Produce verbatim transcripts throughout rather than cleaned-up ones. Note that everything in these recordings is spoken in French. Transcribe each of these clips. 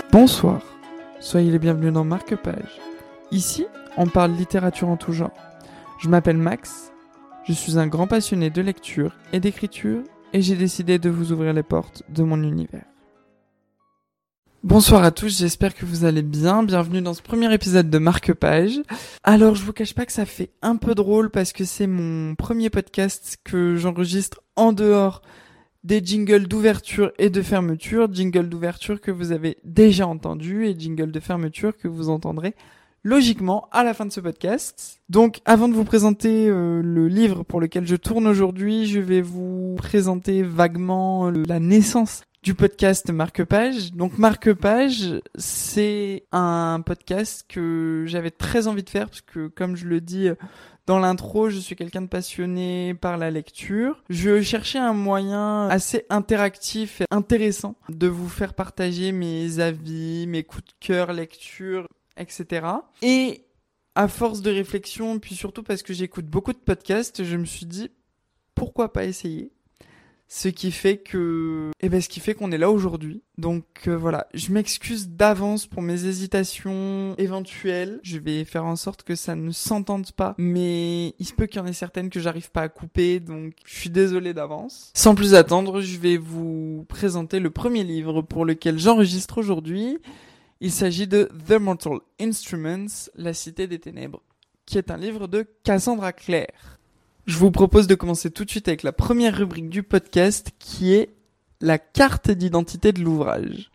Bonsoir, soyez les bienvenus dans Marque-Page. Ici, on parle littérature en tout genre. Je m'appelle Max, je suis un grand passionné de lecture et d'écriture et j'ai décidé de vous ouvrir les portes de mon univers. Bonsoir à tous, j'espère que vous allez bien. Bienvenue dans ce premier épisode de Marque-Page. Alors, je vous cache pas que ça fait un peu drôle parce que c'est mon premier podcast que j'enregistre en dehors des jingles d'ouverture et de fermeture, jingle d'ouverture que vous avez déjà entendu et jingle de fermeture que vous entendrez logiquement à la fin de ce podcast. Donc avant de vous présenter euh, le livre pour lequel je tourne aujourd'hui, je vais vous présenter vaguement le, la naissance du podcast Marque-Page. Donc Marque-Page, c'est un podcast que j'avais très envie de faire parce que comme je le dis dans l'intro, je suis quelqu'un de passionné par la lecture. Je cherchais un moyen assez interactif et intéressant de vous faire partager mes avis, mes coups de cœur, lecture, et cetera. Et à force de réflexion, puis surtout parce que j'écoute beaucoup de podcasts, je me suis dit pourquoi pas essayer. Ce qui fait que, eh ben, ce qui fait qu'on est là aujourd'hui. Donc euh, voilà, je m'excuse d'avance pour mes hésitations éventuelles. Je vais faire en sorte que ça ne s'entende pas, mais il se peut qu'il y en ait certaines que j'arrive pas à couper, donc je suis désolé d'avance. Sans plus attendre, je vais vous présenter le premier livre pour lequel j'enregistre aujourd'hui. Il s'agit de The Mortal Instruments, La Cité des Ténèbres, qui est un livre de Cassandra Clare. Je vous propose de commencer tout de suite avec la première rubrique du podcast qui est la carte d'identité de l'ouvrage.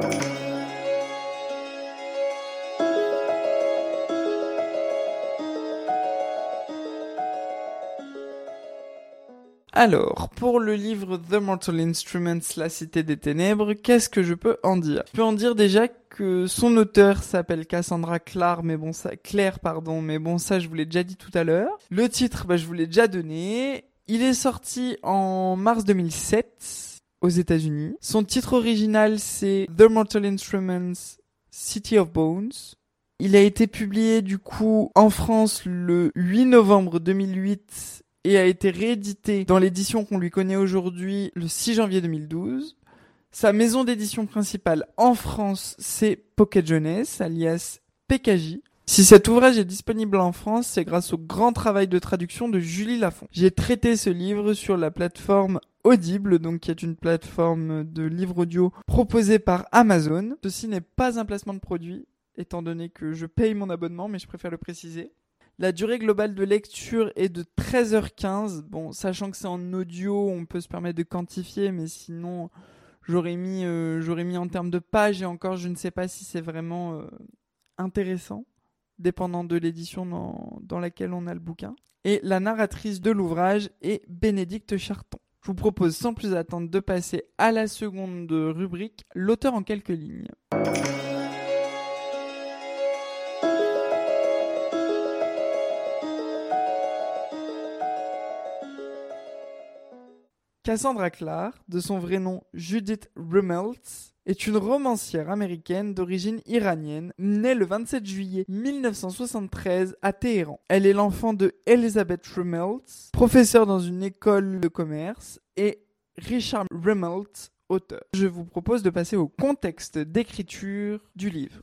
Alors, pour le livre The Mortal Instruments, La Cité des Ténèbres, qu'est-ce que je peux en dire ? Je peux en dire déjà que son auteur s'appelle Cassandra Clare, mais bon ça, Claire, pardon, mais bon ça je vous l'ai déjà dit tout à l'heure. Le titre, bah je vous l'ai déjà donné. Il est sorti en mars deux mille sept aux États-Unis. Son titre original c'est The Mortal Instruments, City of Bones. Il a été publié du coup en France le huit novembre deux mille huit. Et a été réédité dans l'édition qu'on lui connaît aujourd'hui le six janvier deux mille douze. Sa maison d'édition principale en France, c'est Pocket Jeunesse, alias P K J. Si cet ouvrage est disponible en France, c'est grâce au grand travail de traduction de Julie Lafont. J'ai traité ce livre sur la plateforme Audible, donc qui est une plateforme de livres audio proposée par Amazon. Ceci n'est pas un placement de produit, étant donné que je paye mon abonnement, mais je préfère le préciser. La durée globale de lecture est de treize heures quinze. Bon, sachant que c'est en audio, on peut se permettre de quantifier, mais sinon, j'aurais mis, euh, j'aurais mis en termes de pages, et encore, je ne sais pas si c'est vraiment euh, intéressant, dépendant de l'édition dans, dans laquelle on a le bouquin. Et la narratrice de l'ouvrage est Bénédicte Charton. Je vous propose sans plus attendre de passer à la seconde rubrique, l'auteur en quelques lignes. Cassandra Clare, de son vrai nom Judith Rummeltz, est une romancière américaine d'origine iranienne, née le vingt-sept juillet mille neuf cent soixante-treize à Téhéran. Elle est l'enfant de Elizabeth Rummeltz, professeur dans une école de commerce, et Richard Rummeltz, auteur. Je vous propose de passer au contexte d'écriture du livre.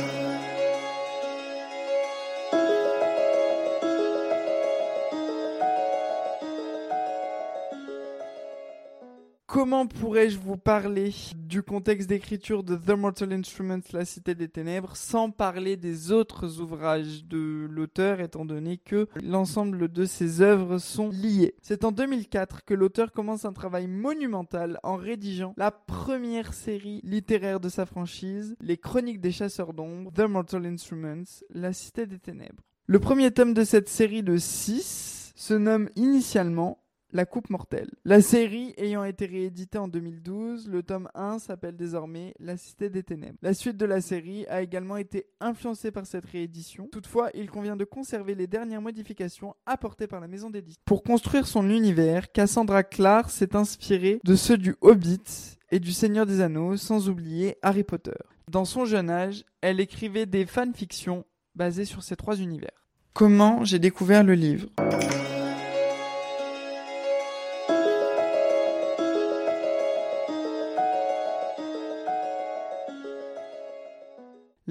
Comment pourrais-je vous parler du contexte d'écriture de The Mortal Instruments, La Cité des Ténèbres, sans parler des autres ouvrages de l'auteur, étant donné que l'ensemble de ses œuvres sont liées. C'est en deux mille quatre que l'auteur commence un travail monumental en rédigeant la première série littéraire de sa franchise, Les Chroniques des Chasseurs d'Ombres, The Mortal Instruments, La Cité des Ténèbres. Le premier tome de cette série de six se nomme initialement La Coupe Mortelle. La série ayant été rééditée en deux mille douze, le tome un s'appelle désormais La Cité des Ténèbres. La suite de la série a également été influencée par cette réédition. Toutefois, il convient de conserver les dernières modifications apportées par la maison d'édition. Pour construire son univers, Cassandra Clare s'est inspirée de ceux du Hobbit et du Seigneur des Anneaux, sans oublier Harry Potter. Dans son jeune âge, elle écrivait des fanfictions basées sur ces trois univers. Comment j'ai découvert le livre ?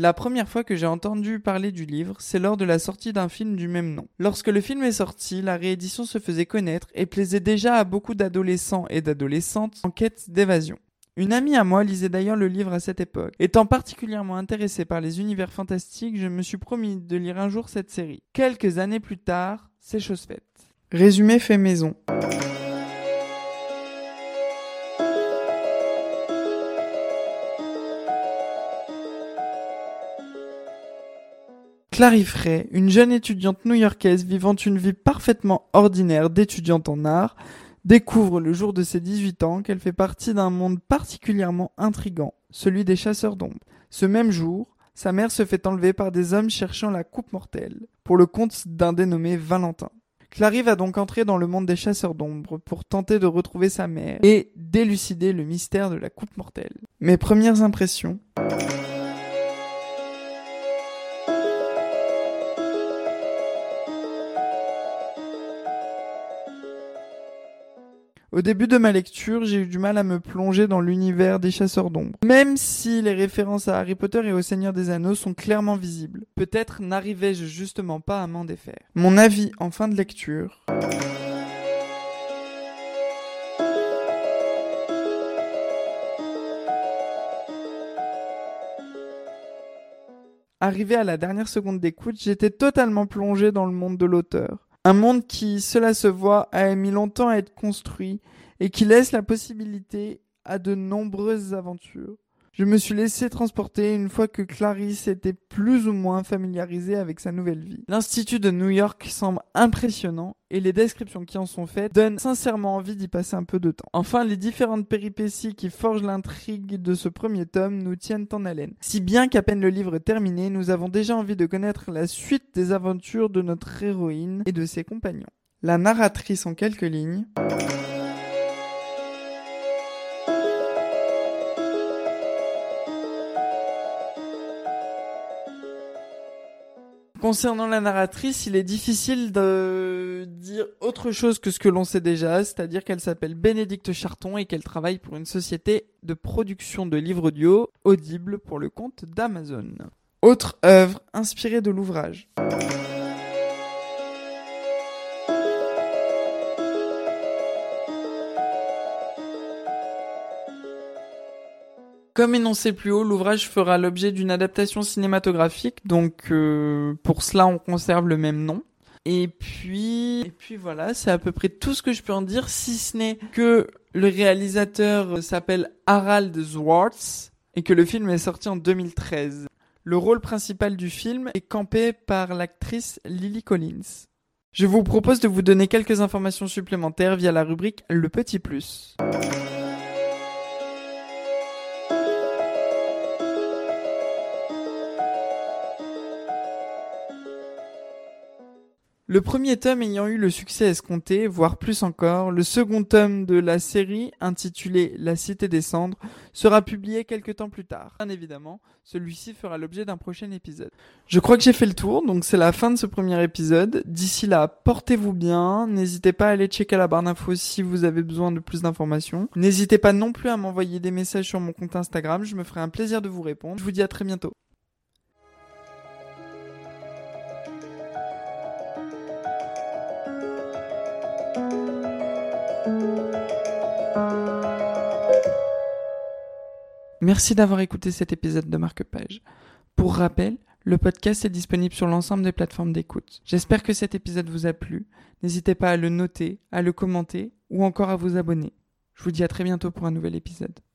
La première fois que j'ai entendu parler du livre, c'est lors de la sortie d'un film du même nom. Lorsque le film est sorti, la réédition se faisait connaître et plaisait déjà à beaucoup d'adolescents et d'adolescentes en quête d'évasion. Une amie à moi lisait d'ailleurs le livre à cette époque. Étant particulièrement intéressée par les univers fantastiques, je me suis promis de lire un jour cette série. Quelques années plus tard, c'est chose faite. Résumé fait maison. Clary Fray, une jeune étudiante new-yorkaise vivant une vie parfaitement ordinaire d'étudiante en art, découvre le jour de ses dix-huit ans qu'elle fait partie d'un monde particulièrement intrigant, celui des chasseurs d'ombre. Ce même jour, sa mère se fait enlever par des hommes cherchant la coupe mortelle, pour le compte d'un dénommé Valentin. Clary va donc entrer dans le monde des chasseurs d'ombre pour tenter de retrouver sa mère et d'élucider le mystère de la coupe mortelle. Mes premières impressions... Au début de ma lecture, j'ai eu du mal à me plonger dans l'univers des chasseurs d'ombre. Même si les références à Harry Potter et au Seigneur des Anneaux sont clairement visibles. Peut-être n'arrivais-je justement pas à m'en défaire. Mon avis en fin de lecture... Arrivé à la dernière seconde d'écoute, j'étais totalement plongé dans le monde de l'auteur. Un monde qui, cela se voit, a mis longtemps à être construit et qui laisse la possibilité à de nombreuses aventures. Je me suis laissé transporter une fois que Clary s'était plus ou moins familiarisée avec sa nouvelle vie. L'Institut de New York semble impressionnant et les descriptions qui en sont faites donnent sincèrement envie d'y passer un peu de temps. Enfin, les différentes péripéties qui forgent l'intrigue de ce premier tome nous tiennent en haleine. Si bien qu'à peine le livre est terminé, nous avons déjà envie de connaître la suite des aventures de notre héroïne et de ses compagnons. La narratrice en quelques lignes... Concernant la narratrice, il est difficile de dire autre chose que ce que l'on sait déjà, c'est-à-dire qu'elle s'appelle Bénédicte Charton et qu'elle travaille pour une société de production de livres audio audibles pour le compte d'Amazon. Autre œuvre inspirée de l'ouvrage. Comme énoncé plus haut, l'ouvrage fera l'objet d'une adaptation cinématographique, donc euh, pour cela on conserve le même nom. Et puis, et puis voilà, c'est à peu près tout ce que je peux en dire, si ce n'est que le réalisateur s'appelle Harald Swartz et que le film est sorti en deux mille treize. Le rôle principal du film est campé par l'actrice Lily Collins. Je vous propose de vous donner quelques informations supplémentaires via la rubrique Le Petit Plus. Le premier tome ayant eu le succès escompté, voire plus encore, le second tome de la série, intitulé La Cité des Cendres, sera publié quelques temps plus tard. Bien évidemment, celui-ci fera l'objet d'un prochain épisode. Je crois que j'ai fait le tour, donc c'est la fin de ce premier épisode. D'ici là, portez-vous bien, n'hésitez pas à aller checker la barre d'infos si vous avez besoin de plus d'informations. N'hésitez pas non plus à m'envoyer des messages sur mon compte Instagram, je me ferai un plaisir de vous répondre. Je vous dis à très bientôt. Merci d'avoir écouté cet épisode de Marque-Page. Pour rappel, le podcast est disponible sur l'ensemble des plateformes d'écoute. J'espère que cet épisode vous a plu. N'hésitez pas à le noter, à le commenter ou encore à vous abonner. Je vous dis à très bientôt pour un nouvel épisode.